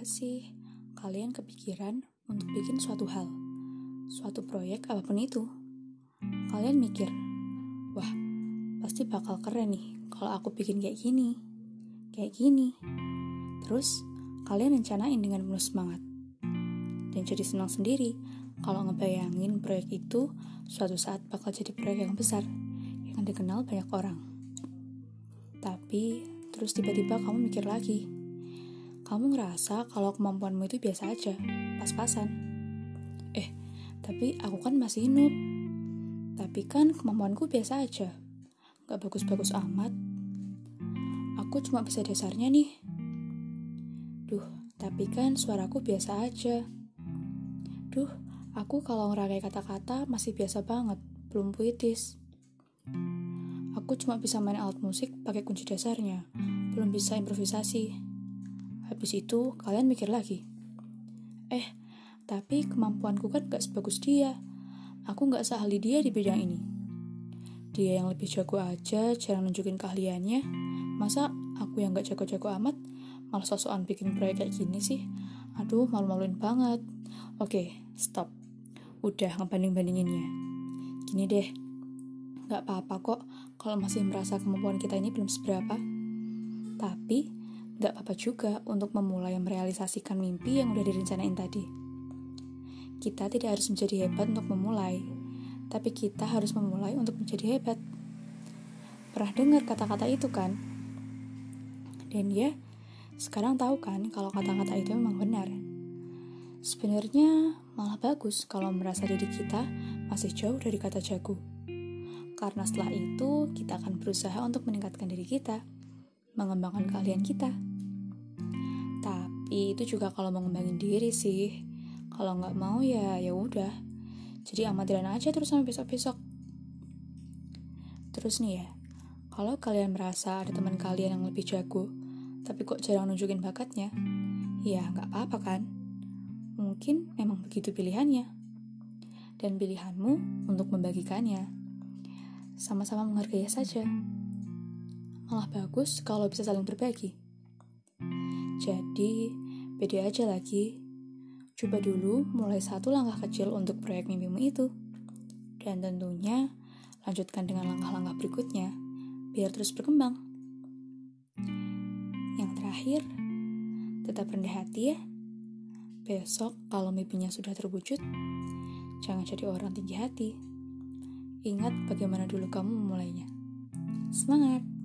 sih kalian kepikiran untuk bikin suatu hal, suatu proyek apapun itu? Kalian mikir, wah pasti bakal keren nih kalau aku bikin kayak gini. Terus kalian rencanain dengan penuh semangat. Dan jadi senang sendiri kalau ngebayangin proyek itu suatu saat bakal jadi proyek yang besar, yang dikenal banyak orang. Tapi terus tiba-tiba kamu mikir lagi. Kamu ngerasa kalau kemampuanmu itu biasa aja, pas-pasan. Tapi aku kan masih noob. Tapi kan kemampuanku biasa aja, gak bagus-bagus amat. Aku cuma bisa dasarnya nih. Tapi kan suaraku biasa aja. Aku kalau ngeragai kata-kata masih biasa banget, belum puitis. Aku cuma bisa main alat musik pakai kunci dasarnya, belum bisa improvisasi. Habis itu kalian mikir lagi, tapi kemampuanku kan gak sebagus dia. Aku gak seahli dia di bidang ini. Dia yang lebih jago aja jarang nunjukin keahliannya. Masa aku yang gak jago-jago amat malah sok-sokan bikin proyek kayak gini sih? Aduh, malu-maluin banget. Oke, stop. Udah ngebanding-bandinginnya. Gini deh, gak apa-apa kok kalau masih merasa kemampuan kita ini belum seberapa. Tapi gak apa-apa juga untuk memulai merealisasikan mimpi yang udah direncanain tadi. Kita tidak harus menjadi hebat untuk memulai, tapi kita harus memulai untuk menjadi hebat. Pernah dengar kata-kata itu kan? Dan ya, sekarang tahu kan kalau kata-kata itu memang benar. Sebenarnya malah bagus kalau merasa diri kita masih jauh dari kata jago. Karena setelah itu kita akan berusaha untuk meningkatkan diri kita, mengembangkan keahlian kita. Tapi itu juga kalau mau ngembangin diri sih. Kalau nggak mau ya udah. Jadi amatiran aja terus sampai besok-besok. Terus nih ya, kalau kalian merasa ada teman kalian yang lebih jago, tapi kok jarang nunjukin bakatnya, ya nggak apa-apa kan? Mungkin memang begitu pilihannya. Dan pilihanmu untuk membagikannya. Sama-sama menghargai saja. Malah bagus kalau bisa saling berbagi. Jadi, pede aja lagi. Coba dulu mulai satu langkah kecil untuk proyek mimpimu itu. Dan tentunya, lanjutkan dengan langkah-langkah berikutnya, biar terus berkembang. Yang terakhir, tetap rendah hati ya. Besok kalau mimpinya sudah terwujud, jangan jadi orang tinggi hati. Ingat bagaimana dulu kamu memulainya. Semangat!